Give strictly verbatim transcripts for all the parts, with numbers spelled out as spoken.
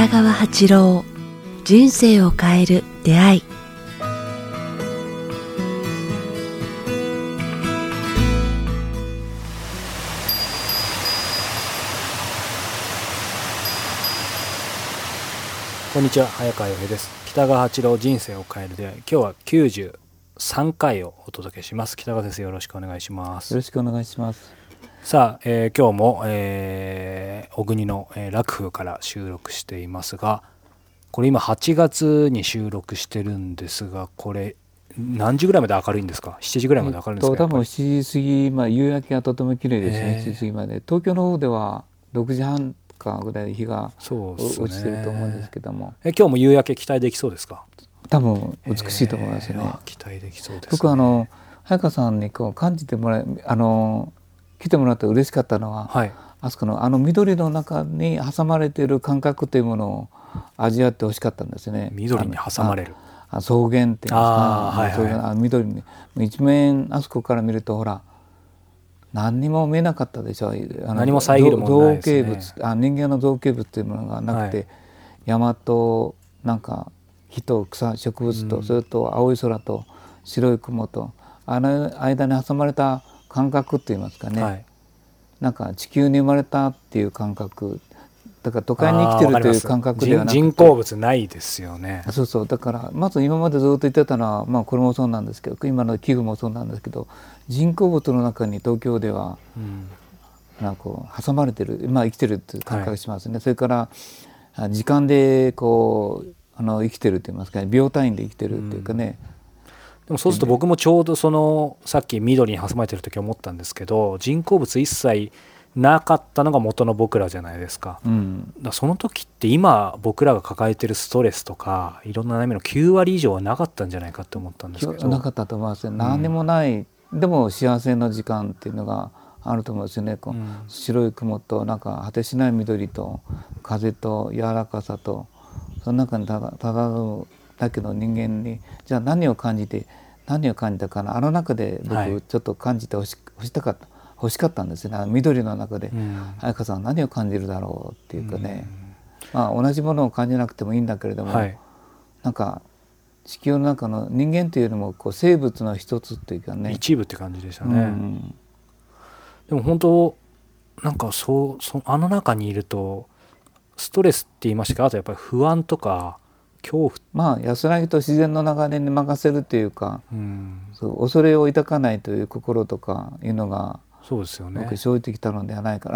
北川八郎、人生を変える出会い。 こんにちは、早川洋平です。北川八郎、人生を変える出会い。今日はきゅうじゅうさんかいをお届けします。北川先生、よろしくお願いします。 よろしくお願いします。 さあ、えー、今日も、えー、小国の、えー、楽風から収録していますが、これ今はちがつに収録してるんですが、これ何時ぐらいまで明るいんですか？しちじぐらいまで明るいんですか？ えっと、多分しちじ過ぎ、まあ、夕焼けがとても綺麗ですね。 えー、 しちじ過ぎまで。東京の方ではろくじはんかぐらいで日がそうですね、 落ちてると思うんですけども、 え今日も夕焼け期待できそうですか？ 多分美しいと思いますね。 えー、期待できそうですね。 僕はあの早川さんにこう感じてもらいあの来てもらって嬉しかったのは、はい、あそこのあの緑の中に挟まれている感覚というものを味わってほしかったんですね。 緑に挟まれるああ草原っていうんですか、あ、はいはい、ああ緑に一面あそこから見るとほら何にも見えなかったでしょ。あの何も遮るものないですね。 造形物、あ人間の造形物というものがなくて、はい、山となんか木と草植物と、うん、それと青い空と白い雲とあの間に挟まれた感覚って言いますかね、はい、なんか地球に生まれたっていう感覚だから都会に生きてるという感覚ではなくて、 人工物ないですよね。 そうそう、だからまず今までずっと言ってたのは、まあ、これもそうなんですけど今の器具もそうなんですけど人工物の中に東京では、うん、なんかこう挟まれてる、まあ、生きてるっていう感覚がしますね、はい、それから時間でこうあの生きてると言いますかね、秒単位で生きてるっていうかね、 うん、でもそうすると僕もちょうどそのさっき緑に挟まれてる時思ったんですけど、人工物一切なかったのが元の僕らじゃないですか、うん、だその時って今僕らが抱えてるストレスとかいろんな悩みのきゅうわり以上はなかったんじゃないかって思ったんですけど。 なかったと思いますね。何にもない、うん、でも幸せの時間っていうのがあると思うんですよね。こう、うん、白い雲となんか果てしない緑と風と柔らかさとその中にただただのだけの人間にじゃあ何を感じて何を感じたかな、あの中で僕ちょっと感じてほし、欲したかった欲しかったんですよね。緑の中で彩香さんは何を感じるだろうっていうかね、うん、まあ、同じものを感じなくてもいいんだけれども、はい、なんか地球の中の人間というよりもこう生物の一つっていうかね、 一部って感じでしたね、うん、でも本当なんかそうそあの中にいるとストレスって言いましたか、あとやっぱり不安とか恐怖、 まあ安らぎと自然の流れに任せるというか、うん、そう恐れを抱かないという心とかいうのがそうですよね、 僕生じてきたのではないから、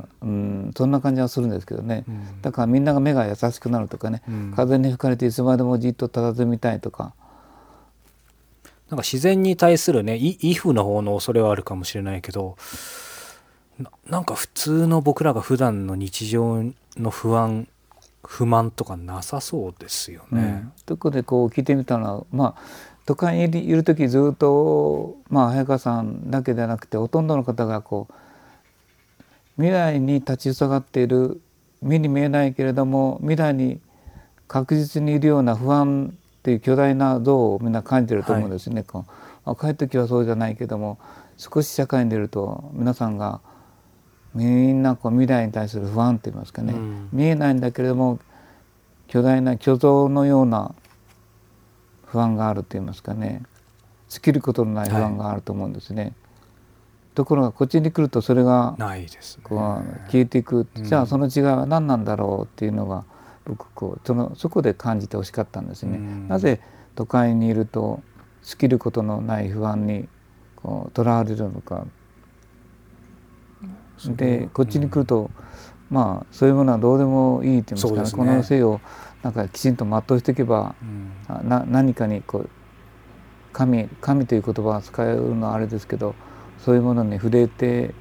うんうん、そんな感じはするんですけどね、うん、だからみんなが目が優しくなるとかね、うん、風に吹かれていつまでもじっと佇みたいとか、 なんか自然に対するね畏怖の方の恐れはあるかもしれないけど な, なんか普通の僕らが普段の日常の不安不満とかなさそうですよね、うん、 ということでこう聞いてみたのは、まあ都会にいる時ずっと、まあ、早川さんだけではなくてほとんどの方がこう未来に立ちふさがっている、目に見えないけれども未来に確実にいるような不安っていう巨大な像をみんな感じてると思うんですね、はい、こう若い時はそうじゃないけども少し社会に出ると皆さんがみんなこう未来に対する不安といいますかね、うん、見えないんだけれども巨大な巨像のような不安があると言いますかね、尽きることのない不安があると思うんですね、はい、ところがこっちに来るとそれがないですね、 こう消えていく、うん、じゃあその違いは何なんだろうっていうのが僕こう そのそこで感じてほしかったんですね、うん、なぜ都会にいると尽きることのない不安にこうとらわれるのか、うん、でこっちに来ると、うん、まあそういうものはどうでもいいと言いますか ね, すねこの生をなんかきちんと全うしていけば、うん、な何かにこう 神, 神という言葉を使うのはあれですけどそういうものに触れて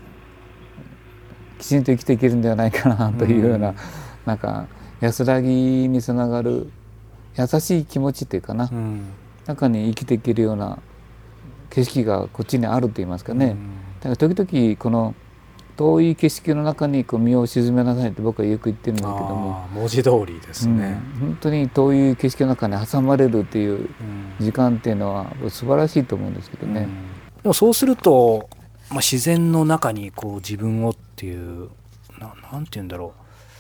きちんと生きていけるんではないかなというような、うん、なんか安らぎにつながる優しい気持ちというかな、うん、中に生きていけるような景色がこっちにあると言いますかね、うん、だから時々この遠い景色の中にこう身を沈めなさいって僕はよく言ってるんだけども、 文字通りですね、 うん、本当に遠い景色の中に挟まれるっていう時間っていうのは素晴らしいと思うんですけどね、うん、 でもそうすると、まあ、自然の中にこう自分をっていう な, なんて言うんだろう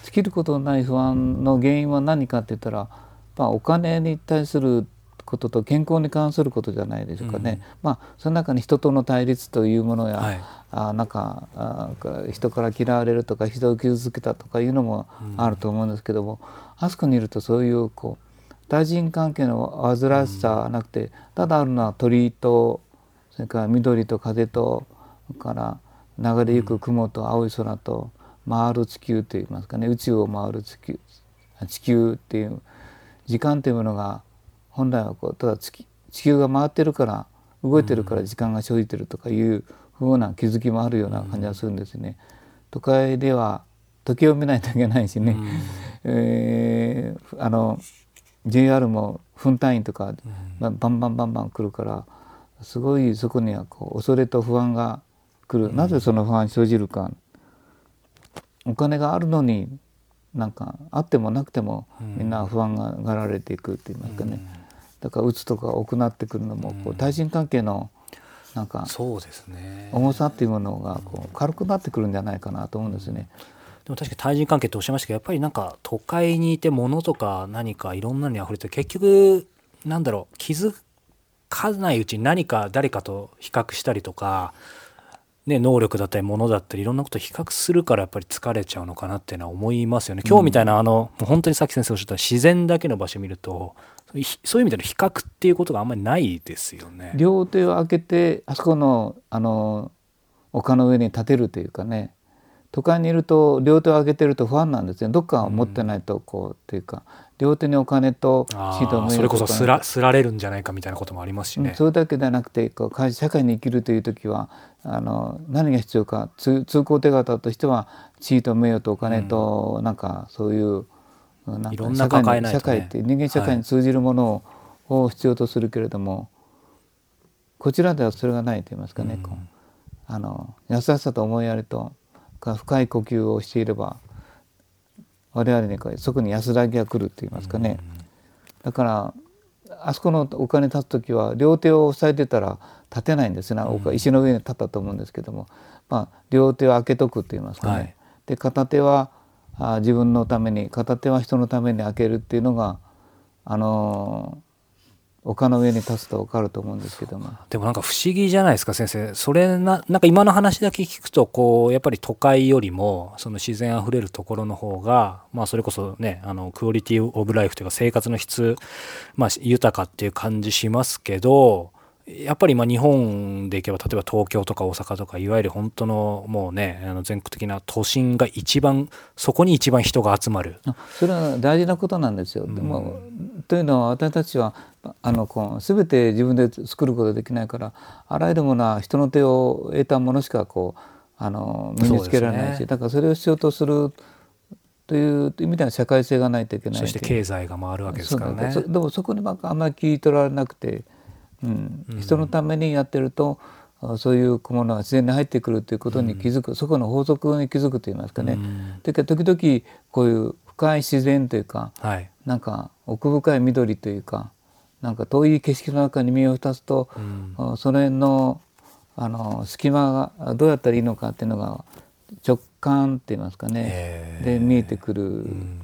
尽きることのない不安の原因は何かって言ったら、まあ、お金に対することと健康に関することじゃないでしょうかね、うん、まあ、その中に人との対立というものや、はい、あなんかあ人から嫌われるとか人を傷つけたとかいうのもあると思うんですけども、うん、あそこにいるとそういうこう対人関係の煩わしさはなくて、うん、ただあるのは鳥とそれから緑と風とそれから流れゆく雲と青い空と回る地球といいますかね、宇宙を回る地球、地球っていう時間というものが本来はこうただ 地, 地球が回ってるから動いてるから時間が生じてるとかいうふうな気づきもあるような感じがするんですね。都会では時計を見ないといけないしね、うんえー、あの ジェイアール も分単位とか、まあ、バンバンバンバン来るからすごいそこにはこう恐れと不安が来る。なぜその不安生じるか、お金があるのになんかあってもなくてもみんな不安ががられていくって言いますかね、うんだからうつとか多くなってくるのもこう対人関係のなんか重さっていうものがこう軽くなってくるんじゃないかなと思うんですね。 でも確かに対人関係っておっしゃいましたけど、やっぱりなんか都会にいて物とか何かいろんなのにあふれて結局なんだろう気づかないうちに何か誰かと比較したりとか、ね、能力だったり物だったりいろんなことを比較するからやっぱり疲れちゃうのかなっていうのは思いますよね。今日みたいなあのもう本当にさっき先生おっしゃった自然だけの場所を見るとそういう意味での比較っていうことがあんまりないですよね。 両手を開けてあそこの、あの丘の上に立てるというかね、都会にいると両手を開けてると不安なんですね。どっかを持ってないとこう、うん、っていうか両手にお金とシートをそれこそすら、すられるんじゃないかみたいなこともありますしね、 うん、それだけではなくてこう社会に生きるという時はあの何が必要か、通行手形としては地位と名誉とお金と、うん、なんかそういうなんかいろんな抱えないとね、 社会って人間社会に通じるものを必要とするけれども、はい、こちらではそれがないと言いますかね、うん、こうあの優しさと思いやりと深い呼吸をしていれば我々にそこに安らぎが来ると言いますかね、うん、だからあそこの丘に立つ時は両手を押さえてたら立てないんですね、うん、石の上に立ったと思うんですけども、まあ、両手を開けとくと言いますかね、はい、で片手はあ自分のために片手は人のために開けるっていうのがあの丘の上に立つと分かると思うんですけども。 でもなんか不思議じゃないですか先生、それな、なんか今の話だけ聞くとこうやっぱり都会よりもその自然あふれるところの方が、まあ、それこそねあのクオリティオブライフというか生活の質、まあ、豊かっていう感じしますけど、やっぱり今日本でいけば例えば東京とか大阪とかいわゆる本当のもうねあの全国的な都心が一番そこに一番人が集まる。 それは大事なことなんですよ、うん、でもというのは私たちはあのこう全て自分で作ることができないからあらゆるものは人の手を得たものしかこうあの身につけられないし、ね、だからそれを必要とするという意味では社会性がないといけない。 そして経済が回るわけですからね。 そうでもそこにあんまり聞い取られなくて、うん、人のためにやってると、うん、そういうものが自然に入ってくるということに気づく、うん、そこの法則に気づくといいますかね、うん、で時々こういう深い自然というか、はい、なんか奥深い緑というかなんか遠い景色の中に身を浸すと、うん、その辺の、あの隙間がどうやったらいいのかっていうのが直感って言いますかね、で見えてくる、うん、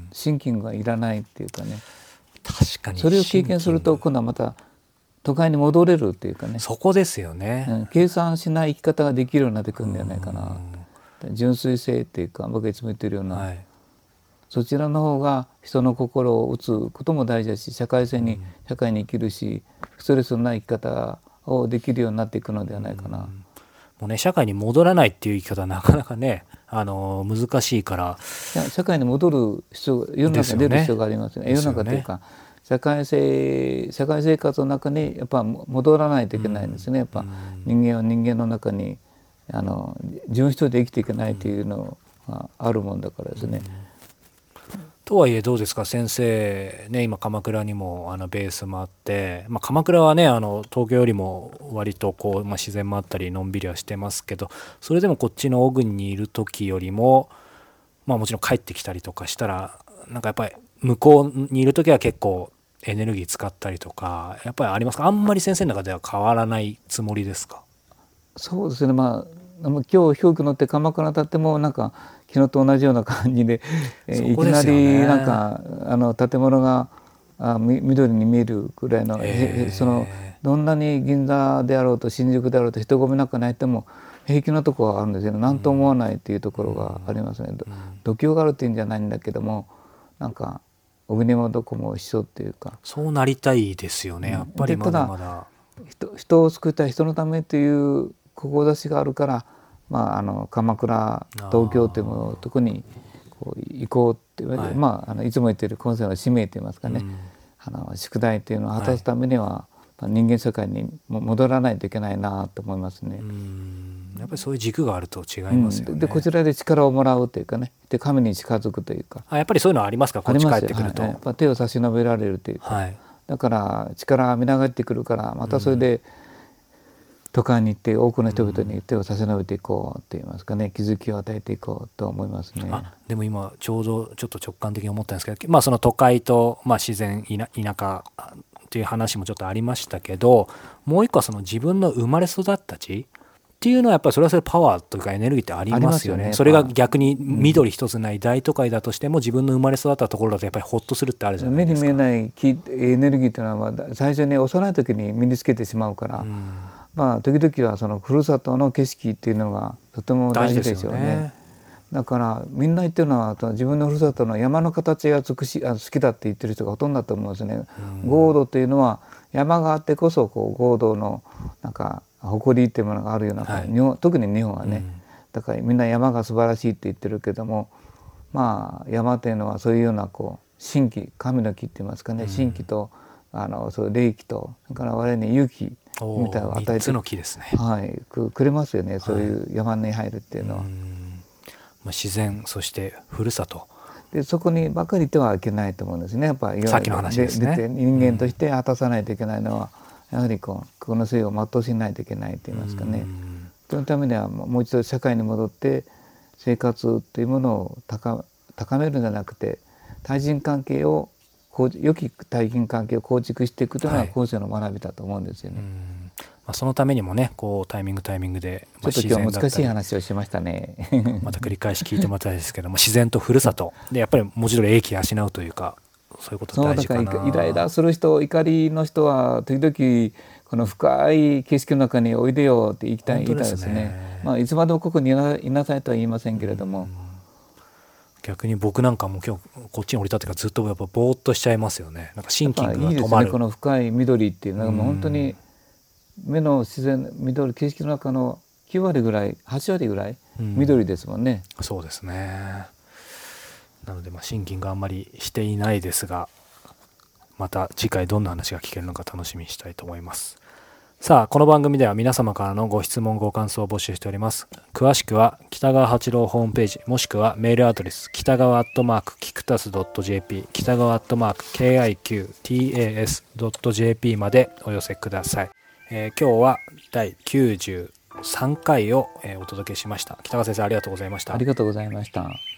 シンキングがいらないっていうかね、 確かにそれを経験すると今度はまた都会に戻れるっていうかね、 そこですよね、 うん、計算しない生き方ができるようになってくるんじゃないかな、うん、純粋性っていうか僕がいつも言ってるような、はい、そちらの方が人の心を打つことも大事だし社会性に、うん、社会に生きるしストレスのない生き方をできるようになっていくのではないかな、うん、もうね社会に戻らないっていう生き方はなかなかねあの難しいから、 いや社会に戻る必要世の中に出る必要がありますね。世の中というか社会性社会生活の中にやっぱ戻らないといけないんですね。やっぱ人間は人間の中にあの純一人で生きていけないというのがあるもんだからですね。 とはいえどうですか先生ね、今鎌倉にもあのベースもあって、まあ、鎌倉はねあの東京よりも割とこう、まあ、自然もあったりのんびりはしてますけど、それでもこっちの小国にいる時よりも、まあ、もちろん帰ってきたりとかしたらなんかやっぱり向こうにいる時は結構エネルギー使ったりとかやっぱりありますか？あんまり先生の中では変わらないつもりですか？ そうですね、まあ今日飛行機乗って鎌倉立ってもなんか昨日と同じような感じで、えー、いきなりなんかあの建物があ緑に見えるくらいの、えー、そのどんなに銀座であろうと新宿であろうと人混みなんかないても平気なところはあるんですよね。何とも思わないっていうところがありますね。度胸があるっていうんじゃないんだけども、なんか小国もどこも一緒っていうか、 そうなりたいですよね、やっぱりまだまだ。 人, 人を救いたい、人のためという志があるから、まあ、あの鎌倉東京というものを特にこう行こうって言われて、はい、まあ、あのいつも言っている今世の使命といいますかね、うん、あの宿題というのを果たすためには、はい、人間社会に戻らないといけないなと思いますね。 うん、やっぱりそういう軸があると違いますよね。 うん、でこちらで力をもらうというかね、で神に近づくというか。 あ、やっぱりそういうのはありますか、こっち帰ってくると。 はい、やっぱ手を差し伸べられるというか、はい、だから力がみながってくるから、またそれで都会に行って多くの人々に手を差し伸べていこうといいますかね、気づきを与えていこうと思いますね。 あ、でも今ちょうどちょっと直感的に思ったんですけど、まあ、その都会と、まあ、自然田舎という話もちょっとありましたけど、もう一個はその自分の生まれ育った地っていうのはやっぱりそれはそれパワーというかエネルギーってありますよね。それが逆に緑一つない大都会だとしても、自分の生まれ育ったところだとやっぱりホッとするってあるじゃないですか。 目に見えないエネルギーというのは最初に幼い時に身につけてしまうから、うん、まあ時々はそのふるさとの景色っていうのがとても大事ですよね。大事ですよね。だからみんな言ってるのは自分のふるさとの山の形が美しい、あ好きだって言ってる人がほとんどだと思うんですね。うん、豪土というのは山があってこそこう豪土のなんか誇りっていうものがあるような、はい、日本特に日本はね、うん、だからみんな山が素晴らしいって言ってるけども、まあ山というのはそういうようなこう神気、神の木って言いますかね、うん、神気とあのそう霊気と、それから我々に勇気みたいなのを与えて、みっつの木ですね、 はい、く, くれますよね、そういう山に入るっていうのは。はい、 まあ、自然、そしてふるさとでそこにばかりいてはいけないと思うんですね。やっぱりさっきの話ですね。 で人間として果たさないといけないのは、うん、やはりこうこの生を全うしないといけないと言いますかね。そのためにはもう一度社会に戻って生活というものを 高, 高めるんじゃなくて、対人関係を良き対人関係を構築していくというのが後世の学びだと思うんですよね。はい、 まあ、そのためにもね、こうタイミングタイミングで、 まあ、ちょっと今日は難しい話をしましたね。 また繰り返し聞いてもらいたいですけども、自然とふるさとでやっぱり文字通り英気養うというか、そういうこと大事かな。 そうだからイライラする人、怒りの人は時々この深い景色の中においでよって言いたい言いたいですね。まあ、いつまでもここにい な, いなさいとは言いませんけれども、 逆に僕なんかも今日こっちに降り立ってからずっとやっぱぼーっとしちゃいますよね。なんかシンキングが止まる。いいですね、 この深い緑っていうのがもう本当に目の自然緑、景色の中のきゅうわりぐらい、はちわりぐらい緑ですもんね。 うん、そうですね。なのでまあシンキングあんまりしていないですが、また次回どんな話が聞けるのか楽しみにしたいと思います。さあ、この番組では皆様からのご質問ご感想を募集しております。詳しくは北川八郎ホームページ、もしくはメールアドレス北川アットマークキクタス .jp 北川アットマーク キクタス .jp までお寄せください。えー、今日はだいきゅうじゅうさんかいを、えー、お届けしました。北川先生、ありがとうございました。 ありがとうございました。